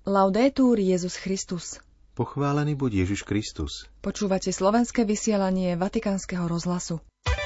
Laudetur Jesus Christus. Pochválený buď Ježiš Kristus. Počúvate slovenské vysielanie Vatikánskeho rozhlasu.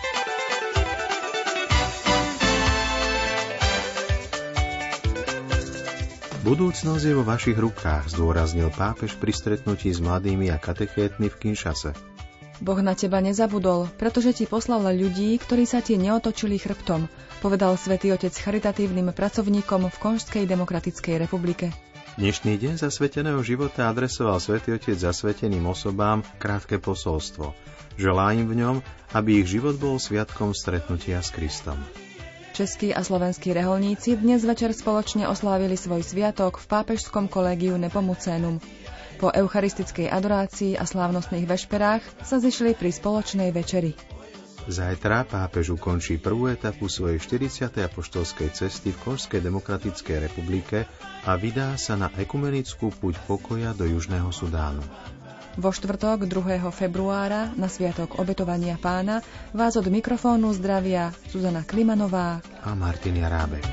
Budúcnosť je vo vašich rukách, zdôraznil pápež pri stretnutí s mladými a katechétmi v Kinshase. Boh na teba nezabudol, pretože ti poslal ľudí, ktorí sa ti neotočili chrbtom, povedal Svätý Otec charitatívnym pracovníkom v Konžskej demokratickej republike. Dnešný deň zasveteného života adresoval Svätý Otec zasveteným osobám krátke posolstvo. Želá im v ňom, aby ich život bol sviatkom stretnutia s Kristom. Českí a slovenskí reholníci dnes večer spoločne oslávili svoj sviatok v pápežskom kolégiu Nepomucénum. Po eucharistickej adorácii a slávnostných vešperách sa zišli pri spoločnej večeri. Zajtra pápež ukončí prvú etapu svojej 40. apoštolskej cesty v Konžskej demokratickej republike a vydá sa na ekumenickú púť pokoja do Južného Sudánu. Vo štvrtok 2. februára na sviatok obetovania Pána vás od mikrofónu zdravia Zuzana Klimanová a Martin Jarábek.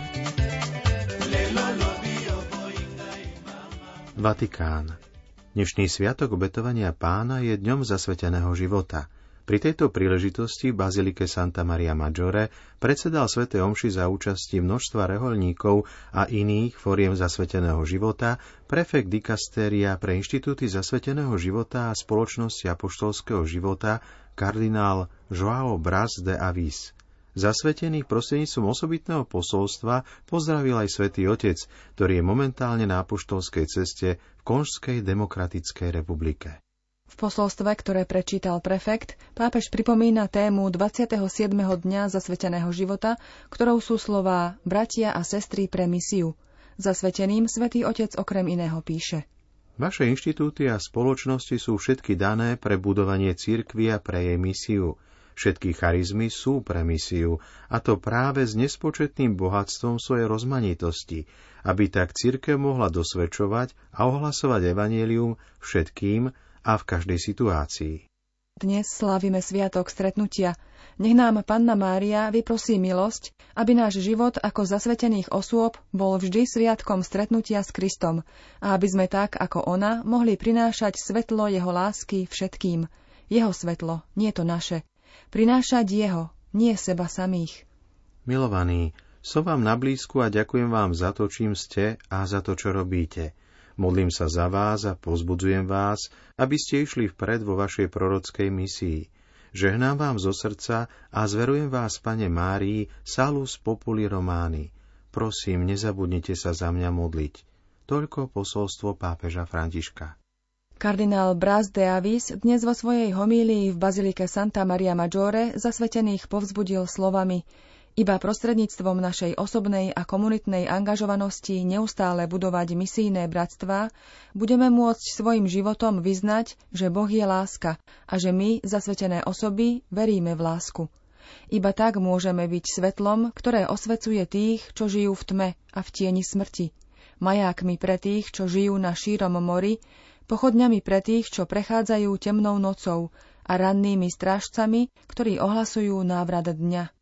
Vatikán. Dnešný sviatok obetovania Pána je dňom zasveteného života. Pri tejto príležitosti v bazilike Santa Maria Maggiore predsedal svätej omši za účasti množstva rehoľníkov a iných foriem zasveteného života prefekt dikastéria pre inštitúty zasveteného života a spoločnosti apoštolského života kardinál João Braz de Avis. Zasvetených prostredníctvom osobitného posolstva pozdravil aj Svätý Otec, ktorý je momentálne na apoštolskej ceste v Konžskej demokratickej republike. V posolstve, ktoré prečítal prefekt, pápež pripomína tému 27. dňa zasveteného života, ktorou sú slová bratia a sestry pre misiu. Zasveteným Svätý Otec okrem iného píše: Vaše inštitúty a spoločnosti sú všetky dané pre budovanie cirkvi a pre jej misiu. Všetky charizmy sú pre misiu, a to práve s nespočetným bohatstvom svojej rozmanitosti, aby tak cirkev mohla dosvedčovať a ohlasovať evanjelium všetkým a v každej situácii. Dnes slávime sviatok stretnutia. Nech nám Panna Mária vyprosí milosť, aby náš život ako zasvetených osôb bol vždy sviatkom stretnutia s Kristom a aby sme tak, ako ona, mohli prinášať svetlo jeho lásky všetkým. Jeho svetlo, nie to naše. Prinášať jeho, nie seba samých. Milovaní, som vám na blízku a ďakujem vám za to, čím ste a za to, čo robíte. Modlím sa za vás a povzbudzujem vás, aby ste išli vpred vo vašej prorockej misii. Žehnám vám zo srdca a zverujem vás, Pane Márii, Salus Populi Romani. Prosím, nezabudnite sa za mňa modliť. Toľko posolstvo pápeža Františka. Kardinál Braz de Avis dnes vo svojej homílii v bazilike Santa Maria Maggiore zasvetených povzbudil slovami: Iba prostredníctvom našej osobnej a komunitnej angažovanosti neustále budovať misijné bratstvá budeme môcť svojim životom vyznať, že Boh je láska a že my, zasvetené osoby, veríme v lásku. Iba tak môžeme byť svetlom, ktoré osvecuje tých, čo žijú v tme a v tieni smrti, majákmi pre tých, čo žijú na šírom mori, pochodňami pre tých, čo prechádzajú temnou nocou a rannými strážcami, ktorí ohlasujú návrat dňa.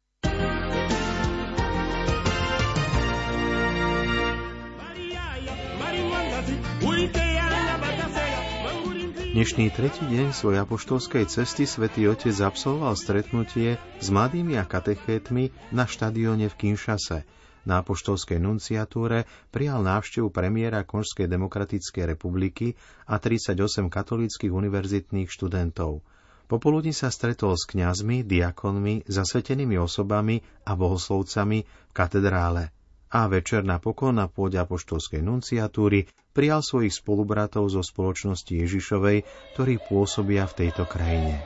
Dnešný tretí deň svojej apoštolskej cesty Svätý Otec absolvoval stretnutie s mladými a katechétmi na štadióne v Kinshase. Na apoštolskej nunciatúre prijal návštevu premiéra Konžskej demokratickej republiky a 38 katolíckych univerzitných študentov. Popoludní sa stretol s kňazmi, diakonmi, zasvetenými osobami a bohoslovcami v katedrále. A večer napokon na pôde apoštolskej nunciatúry prijal svojich spolubratov zo spoločnosti Ježišovej, ktorí pôsobia v tejto krajine.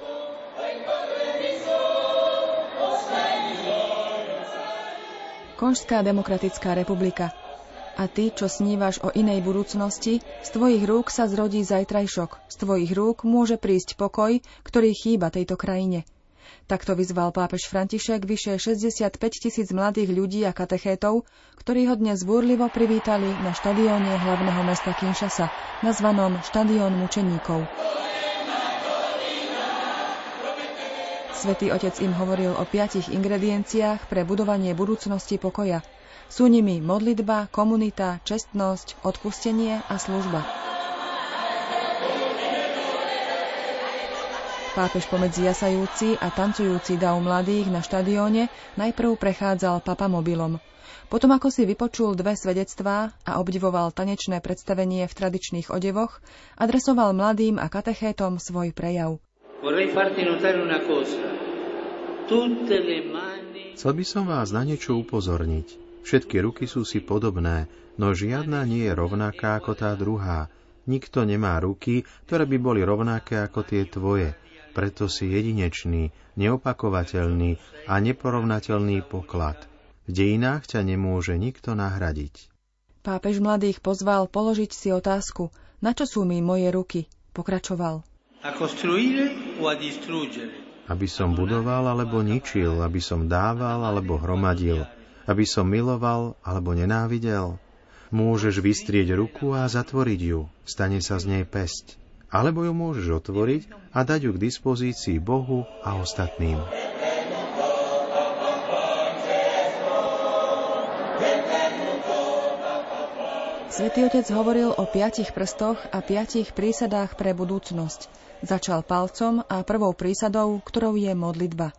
Konžská demokratická republika. A ty, čo snívaš o inej budúcnosti, z tvojich rúk sa zrodí zajtrajšok. Z tvojich rúk môže prísť pokoj, ktorý chýba tejto krajine. Takto vyzval pápež František vyše 65 000 mladých ľudí a katechétov, ktorí ho dnes búrlivo privítali na štadióne hlavného mesta Kinshasa, nazvanom Štadión mučeníkov. Svätý Otec im hovoril o 5 ingredienciách pre budovanie budúcnosti pokoja. Sú nimi modlitba, komunita, čestnosť, odpustenie a služba. Pápež pomedzi jasajúci a tancujúci dav mladých na štadióne najprv prechádzal papamobilom. Potom ako si vypočul 2 svedectvá a obdivoval tanečné predstavenie v tradičných odevoch, adresoval mladým a katechétom svoj prejav. Chcel by som vás na niečo upozorniť. Všetky ruky sú si podobné, no žiadna nie je rovnaká ako tá druhá. Nikto nemá ruky, ktoré by boli rovnaké ako tie tvoje. Preto si jedinečný, neopakovateľný a neporovnateľný poklad. V dejinách ťa nemôže nikto nahradiť. Pápež mladých pozval položiť si otázku, na čo sú mi moje ruky, pokračoval. Aby som budoval alebo ničil, aby som dával alebo hromadil, aby som miloval alebo nenávidel. Môžeš vystrieť ruku a zatvoriť ju, stane sa z nej päsť. Alebo ju môžeš otvoriť a dať ju k dispozícii Bohu a ostatným. Svätý Otec hovoril o 5 prstoch a 5 prísadách pre budúcnosť. Začal palcom a prvou prísadou, ktorou je modlitba.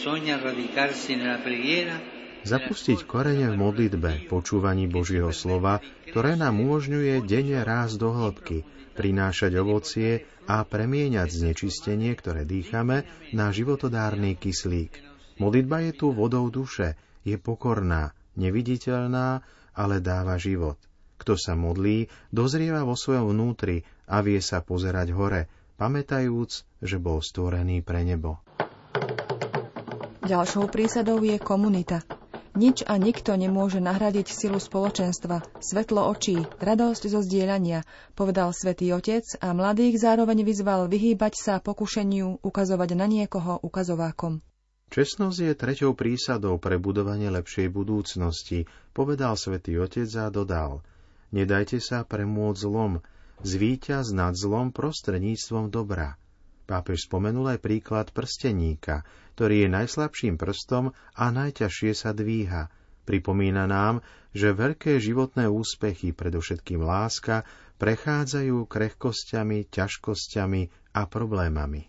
Zapustiť korene v modlitbe, počúvaní Božieho slova, ktoré nám umožňuje denne rásť do hĺbky, prinášať ovocie a premieňať znečistenie, ktoré dýchame, na životodárny kyslík. Modlitba je tu vodou duše, je pokorná, neviditeľná, ale dáva život. Kto sa modlí, dozrieva vo svojom vnútri a vie sa pozerať hore, pamätajúc, že bol stvorený pre nebo. Ďalšou prísadou je komunita. Nič a nikto nemôže nahradiť silu spoločenstva, svetlo očí, radosť zo zdieľania, povedal Svätý Otec a mladých zároveň vyzval vyhýbať sa pokušeniu ukazovať na niekoho ukazovákom. Čestnosť je 3. prísadou pre budovanie lepšej budúcnosti, povedal Svätý Otec a dodal: Nedajte sa premôcť zlom, zvíťaz nad zlom prostredníctvom dobra. Pápež spomenul aj príklad prsteníka, ktorý je najslabším prstom a najťažšie sa dvíha. Pripomína nám, že veľké životné úspechy, predovšetkým láska, prechádzajú krehkosťami, ťažkosťami a problémami.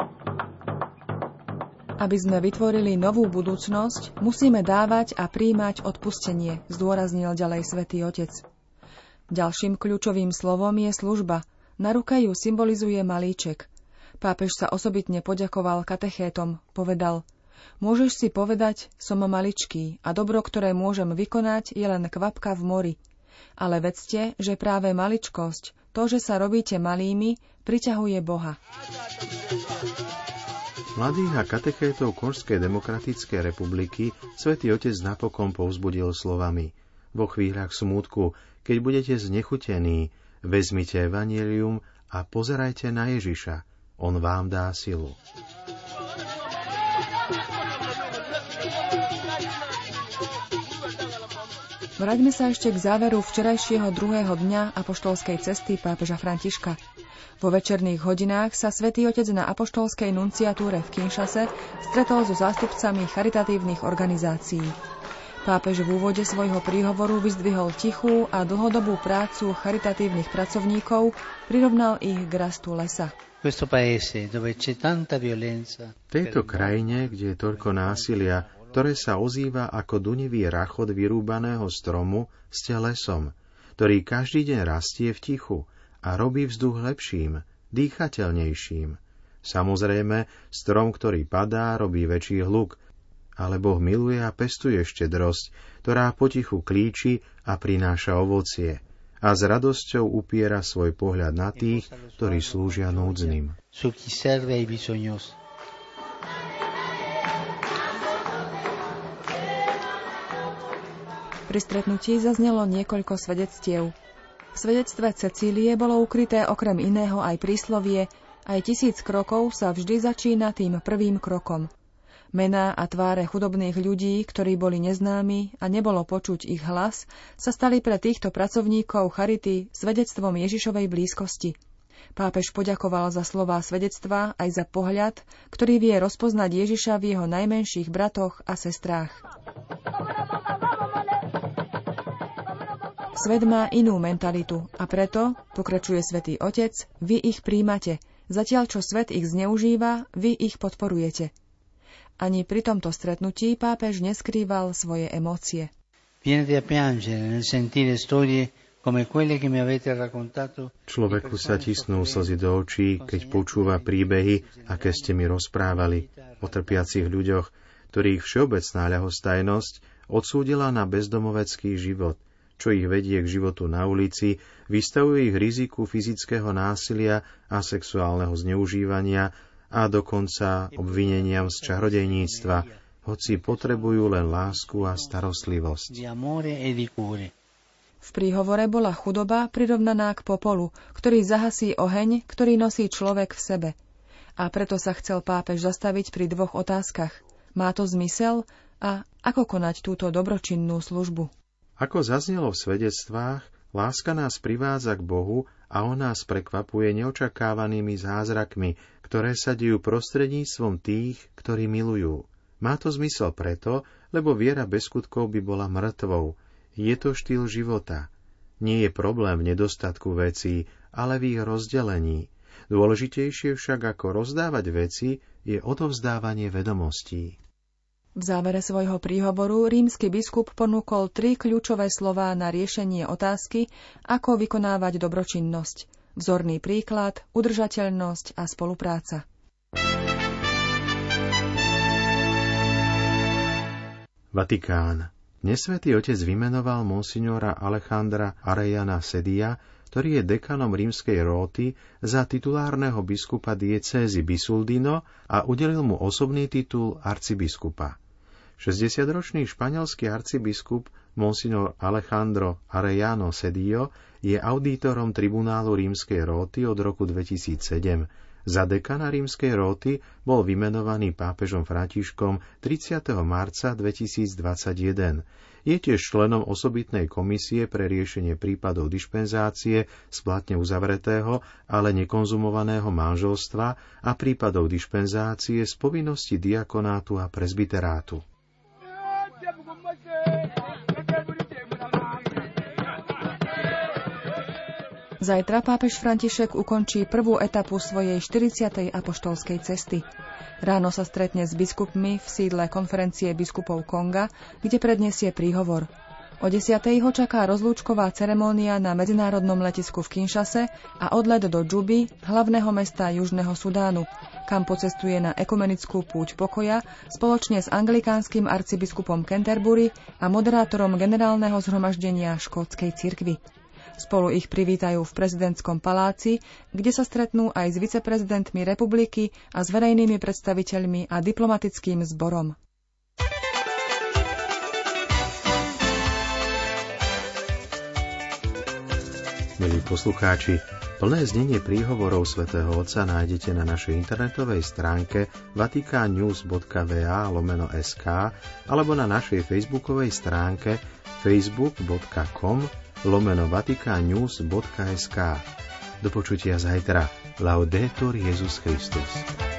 Aby sme vytvorili novú budúcnosť, musíme dávať a prijímať odpustenie, zdôraznil ďalej Svätý Otec. Ďalším kľúčovým slovom je služba. Na ruke ju symbolizuje malíček. Pápež sa osobitne poďakoval katechétom, povedal: Môžeš si povedať, som maličký a dobro, ktoré môžem vykonať, je len kvapka v mori. Ale vedzte, že práve maličkosť, to, že sa robíte malými, priťahuje Boha. Mladých a katechétov Konžskej demokratickej republiky Svätý Otec napokon povzbudil slovami: Vo chvíľach smútku, keď budete znechutení, vezmite evanjelium a pozerajte na Ježiša. On vám dá silu. Vráťme sa ešte k záveru včerajšieho 2. dňa apoštolskej cesty pápeža Františka. Vo večerných hodinách sa Svätý Otec na apoštolskej nunciatúre v Kinshase stretol so zástupcami charitatívnych organizácií. Pápež v úvode svojho príhovoru vyzdvihol tichú a dlhodobú prácu charitatívnych pracovníkov, prirovnal ich k rastu lesa. V tejto krajine, kde je toľko násilia, ktoré sa ozýva ako dunivý rachot vyrúbaného stromu, ste lesom, ktorý každý deň rastie v tichu a robí vzduch lepším, dýchateľnejším. Samozrejme, strom, ktorý padá, robí väčší hluk, ale Boh miluje a pestuje štedrosť, ktorá potichu klíči a prináša ovocie a s radosťou upiera svoj pohľad na tých, ktorí slúžia núdznym. Pri stretnutí zaznelo niekoľko svedectiev. V svedectve Cecílie bolo ukryté okrem iného aj príslovie: aj 1000 krokov sa vždy začína tým prvým krokom. Mená a tváre chudobných ľudí, ktorí boli neznámi a nebolo počuť ich hlas, sa stali pre týchto pracovníkov charity svedectvom Ježišovej blízkosti. Pápež poďakoval za slová svedectva aj za pohľad, ktorý vie rozpoznať Ježiša v jeho najmenších bratoch a sestrách. Svet má inú mentalitu a preto, pokračuje Svätý Otec, vy ich príjmate, zatiaľ čo svet ich zneužíva, vy ich podporujete. Ani pri tomto stretnutí pápež neskrýval svoje emócie. Človeku sa tisnú slzy do očí, keď počúva príbehy, aké ste mi rozprávali, o trpiacich ľuďoch, ktorých všeobecná ľahostajnosť odsúdila na bezdomovecký život, čo ich vedie k životu na ulici, vystavuje ich riziku fyzického násilia a sexuálneho zneužívania a dokonca obvineniam z čarodejníctva, hoci potrebujú len lásku a starostlivosť. V príhovore bola chudoba prirovnaná k popolu, ktorý zahasí oheň, ktorý nosí človek v sebe. A preto sa chcel pápež zastaviť pri dvoch otázkach. Má to zmysel? A ako konať túto dobročinnú službu? Ako zaznelo v svedectvách, láska nás privádza k Bohu a on nás prekvapuje neočakávanými zázrakmi, ktoré sa dejú prostredníctvom tých, ktorí milujú. Má to zmysel preto, lebo viera bez skutkov by bola mŕtvou. Je to štýl života. Nie je problém v nedostatku vecí, ale v ich rozdelení. Dôležitejšie však ako rozdávať veci je odovzdávanie vedomostí. V závere svojho príhovoru rímsky biskup ponúkol 3 kľúčové slová na riešenie otázky, ako vykonávať dobročinnosť. Vzorný príklad, udržateľnosť a spolupráca. Vatikán. Dnes Svätý Otec vymenoval monsignora Alejandra Arellana Sedia, ktorý je dekanom rímskej róty, za titulárneho biskupa diecézy Bisuldino a udelil mu osobný titul arcibiskupa. 60-ročný španielský arcibiskup monsignor Alejandro Arellano Sedio je audítorom tribunálu rímskej róty od roku 2007. Za dekana rímskej róty bol vymenovaný pápežom Františkom 30. marca 2021. Je tiež členom osobitnej komisie pre riešenie prípadov dišpenzácie z platne uzavretého, ale nekonzumovaného manželstva a prípadov dišpenzácie z povinnosti diakonátu a presbyterátu. Zajtra pápež František ukončí prvú etapu svojej 40. apoštolskej cesty. Ráno sa stretne s biskupmi v sídle konferencie biskupov Konga, kde predniesie príhovor. O 10. ho čaká rozlúčková ceremónia na medzinárodnom letisku v Kinshase a odlet do Džuby, hlavného mesta Južného Sudánu, kam pocestuje na ekumenickú púť pokoja spoločne s anglikánskym arcibiskupom Canterbury a moderátorom generálneho zhromaždenia škótskej cirkvi. Spolu ich privítajú v prezidentskom paláci, kde sa stretnú aj s viceprezidentmi republiky a s verejnými predstaviteľmi a diplomatickým zborom. Milí poslucháči, plné znenie príhovorov svätého Otca nájdete na našej internetovej stránke vaticannews.va/sk alebo na našej facebookovej stránke facebook.com/vaticannews.sk. Do počutia zajtra. Laudetur Jesus Christus.